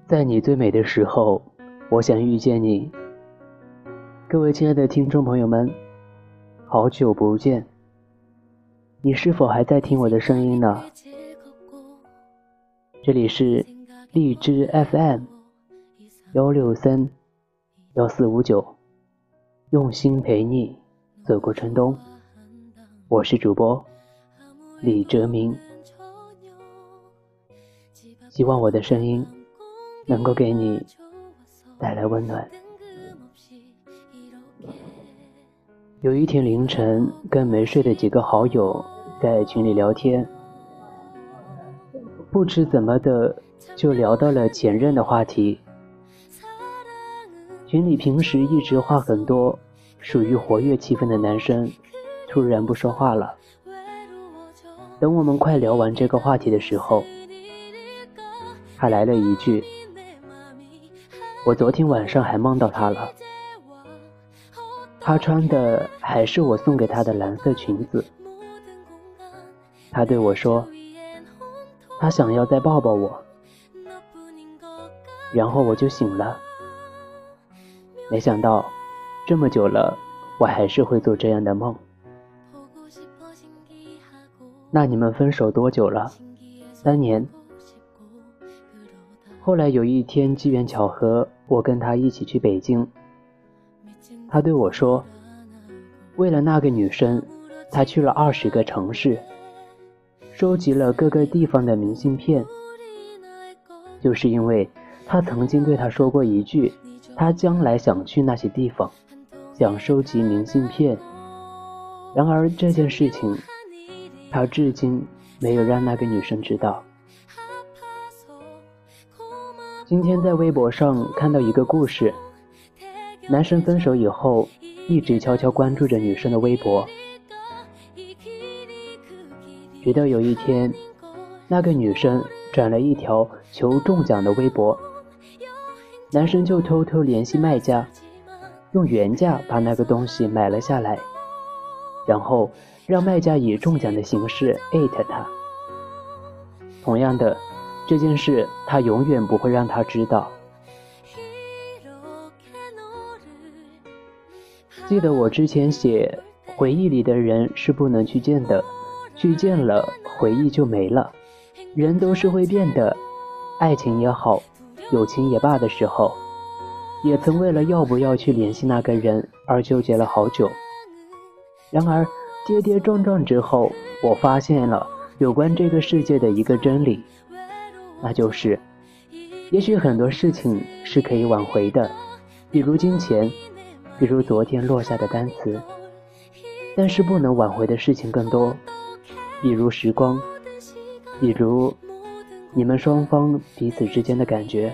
在你最美的时候，我想遇见你。各位亲爱的听众朋友们，好久不见，你是否还在听我的声音呢？这里是荔枝 FM 1631459，用心陪你走过春冬。我是主播李哲明，希望我的声音能够给你带来温暖。有一天凌晨，跟没睡的几个好友在群里聊天，不知怎么的就聊到了前任的话题。群里平时一直话很多，属于活跃气氛的男生突然不说话了。等我们快聊完这个话题的时候，他来了一句：我昨天晚上还梦到他了，他穿的还是我送给他的蓝色裙子。他对我说，他想要再抱抱我，然后我就醒了。没想到这么久了，我还是会做这样的梦。那你们分手多久了？3年。后来有一天机缘巧合，我跟他一起去北京。他对我说，为了那个女生，他去了20个城市，收集了各个地方的明信片。就是因为他曾经对他说过一句，他将来想去那些地方，想收集明信片。然而这件事情，他至今没有让那个女生知道。今天在微博上看到一个故事，男生分手以后一直悄悄关注着女生的微博，直到有一天那个女生转了一条求中奖的微博，男生就偷偷联系卖家，用原价把那个东西买了下来，然后让卖家以中奖的形式艾特他。同样的，这件事他永远不会让他知道。记得我之前写，回忆里的人是不能去见的，去见了回忆就没了。人都是会变的，爱情也好，友情也罢的时候，也曾为了要不要去联系那个人而纠结了好久。然而跌跌撞撞之后，我发现了有关这个世界的一个真理，那就是也许很多事情是可以挽回的，比如金钱，比如昨天落下的单词，但是不能挽回的事情更多，比如时光，比如你们双方彼此之间的感觉。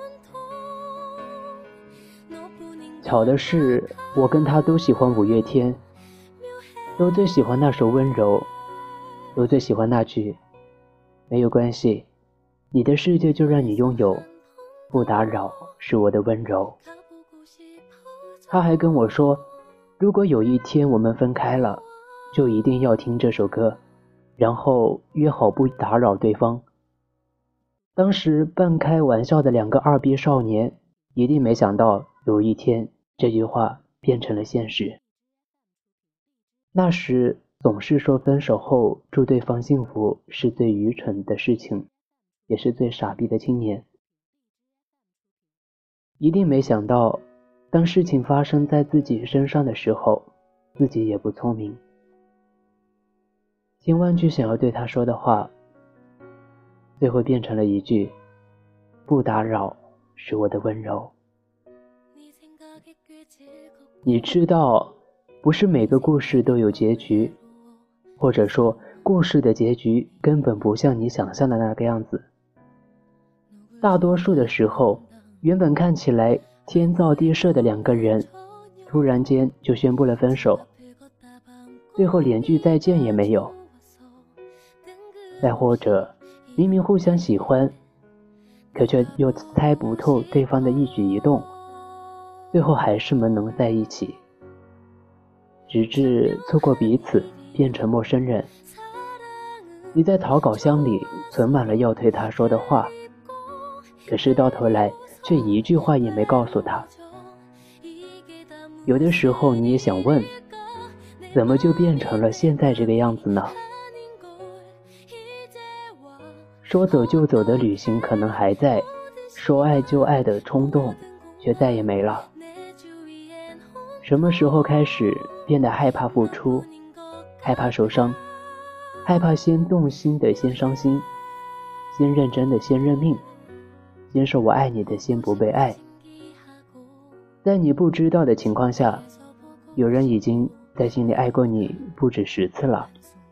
巧的是，我跟他都喜欢5月天，都最喜欢那首温柔，都最喜欢那句没有关系，你的世界就让你拥有，不打扰是我的温柔。他还跟我说，如果有一天我们分开了，就一定要听这首歌，然后约好不打扰对方。当时半开玩笑的2个二逼少年，一定没想到有一天这句话变成了现实。那时总是说分手后祝对方幸福是最愚蠢的事情，也是最傻逼的青年。一定没想到，当事情发生在自己身上的时候，自己也不聪明。千万句想要对他说的话，最后变成了一句不打扰是我的温柔。你知道，不是每个故事都有结局，或者说故事的结局根本不像你想象的那个样子。大多数的时候，原本看起来天造地设的2个人，突然间就宣布了分手，最后连句再见也没有。再或者明明互相喜欢，可却又猜不透对方的一举一动，最后还是没能在一起，直至错过彼此变成陌生人。你在投稿箱里存满了要对他说的话， 可是到头来却一句话也没告诉他。有的时候你也想问，怎么就变成了现在这个样子呢？说走就走的旅行可能还在，说爱就爱的冲动却再也没了。什么时候开始变得害怕付出，害怕受伤，害怕先动心的先伤心，先认真的先认命，先说我爱你的先不被爱。在你不知道的情况下，有人已经在心里爱过你不止10次了。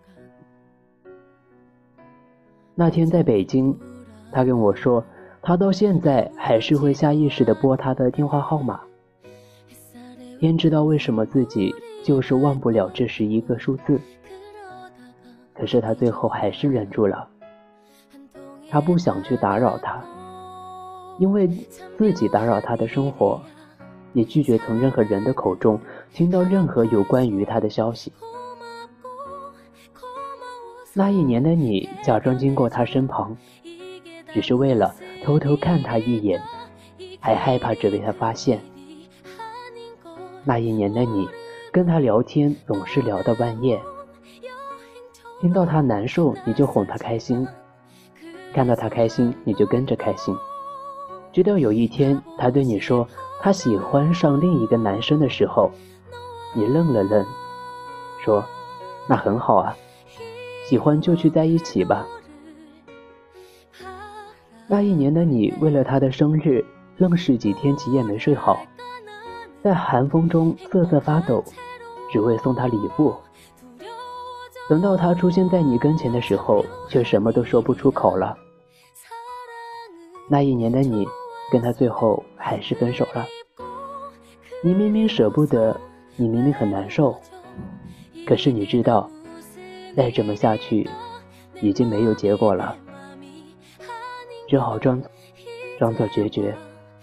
那天在北京，他跟我说，他到现在还是会下意识地拨他的电话号码。天知道为什么自己就是忘不了这11个数字，可是他最后还是忍住了。他不想去打扰他，因为自己打扰他的生活，也拒绝从任何人的口中听到任何有关于他的消息。那一年的你假装经过他身旁，只是为了偷偷看他一眼，还害怕着被他发现。那一年的你跟他聊天总是聊到半夜，听到他难受你就哄他开心，看到他开心你就跟着开心。直到有一天他对你说他喜欢上另一个男生的时候，你愣了愣，说那很好啊，喜欢就去在一起吧。那一年的你为了他的生日愣是几天几夜没睡好，在寒风中瑟瑟发抖，只为送他礼物。等到他出现在你跟前的时候，却什么都说不出口了。那一年的你跟他最后还是分手了。你明明舍不得，你明明很难受，可是你知道再这么下去已经没有结果了，只好装作决绝。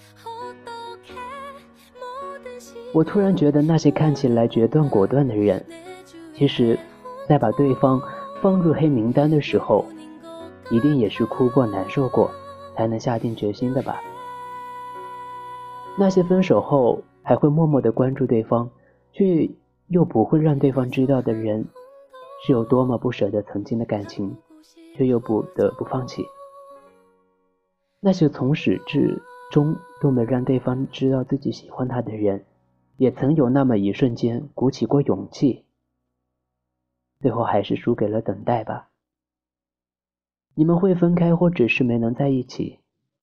我突然觉得那些看起来决断果断的人，其实在把对方放入黑名单的时候，一定也是哭过难受过才能下定决心的吧。那些分手后还会默默地关注对方，却又不会让对方知道的人，是有多么不舍得曾经的感情，却又不得不放弃。那些从始至终都没让对方知道自己喜欢他的人，也曾有那么一瞬间鼓起过勇气，最后还是输给了等待吧。你们会分开或者是没能在一起，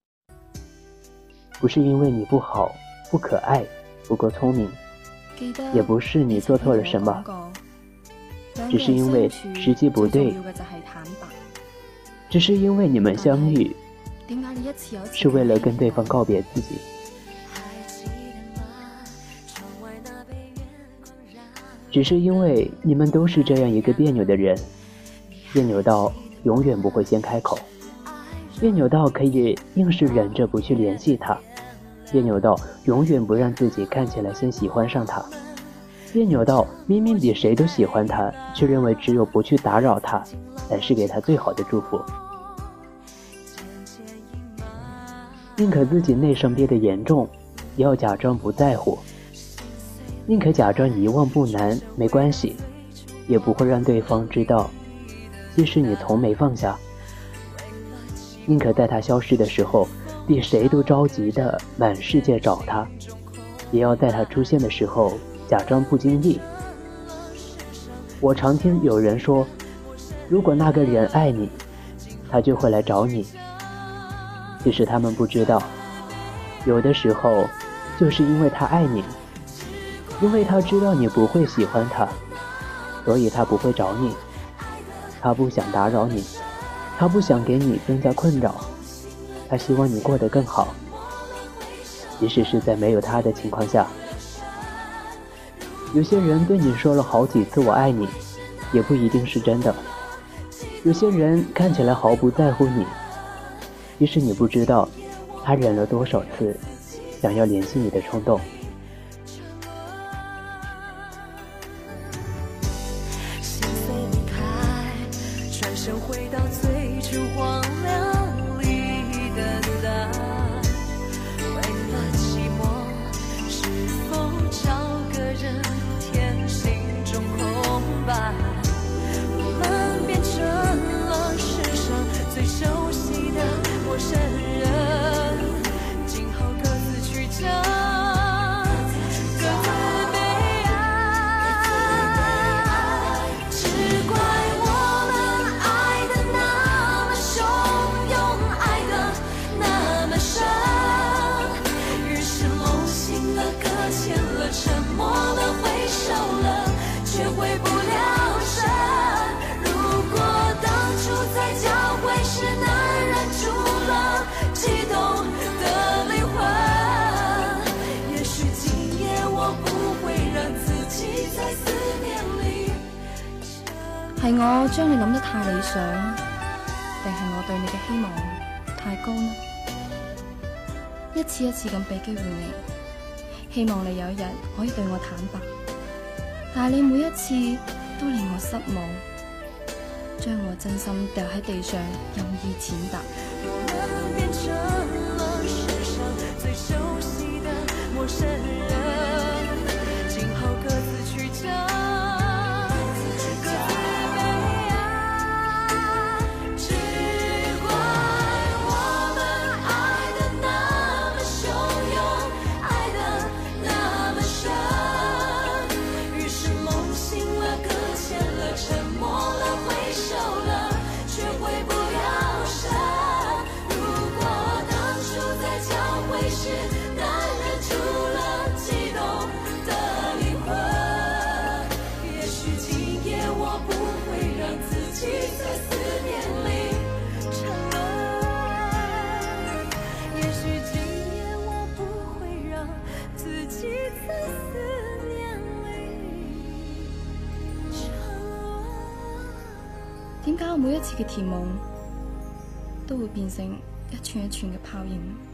不是因为你不好不可爱不够聪明，也不是你做错了什么，只是因为时机不对，只是因为你们相遇是为了跟对方告别自己。只是因为你们都是这样一个别扭的人，别扭到永远不会先开口，别扭到可以硬是忍着不去联系他，别扭到永远不让自己看起来先喜欢上他，别扭到明明比谁都喜欢他，却认为只有不去打扰他才是给他最好的祝福。宁可自己内伤憋得严重，也要假装不在乎，宁可假装遗忘不难没关系，也不会让对方知道其实你从没放下。宁可在他消失的时候比谁都着急的满世界找他，也要在他出现的时候假装不经意。我常听有人说，如果那个人爱你，他就会来找你。其实他们不知道，有的时候就是因为他爱你，因为他知道你不会喜欢他，所以他不会找你。他不想打扰你，他不想给你增加困扰，他希望你过得更好，即使是在没有他的情况下。有些人对你说了好几次我爱你，也不一定是真的。有些人看起来毫不在乎你，其实你不知道他忍了多少次想要联系你的冲动。 转身回到最初荒凉里的等待。 係我將你諗得太理想，定係我對你嘅希望太高呢？一次一次咁俾機會你，希望你有一日可以對我坦白，但係你每一次都令我失望，將我真心掉喺地上，任意踐踏。我們變成了世上最熟悉的陌生人，今後各自去找。點解我每一次嘅甜夢都會變成一串一串嘅泡影？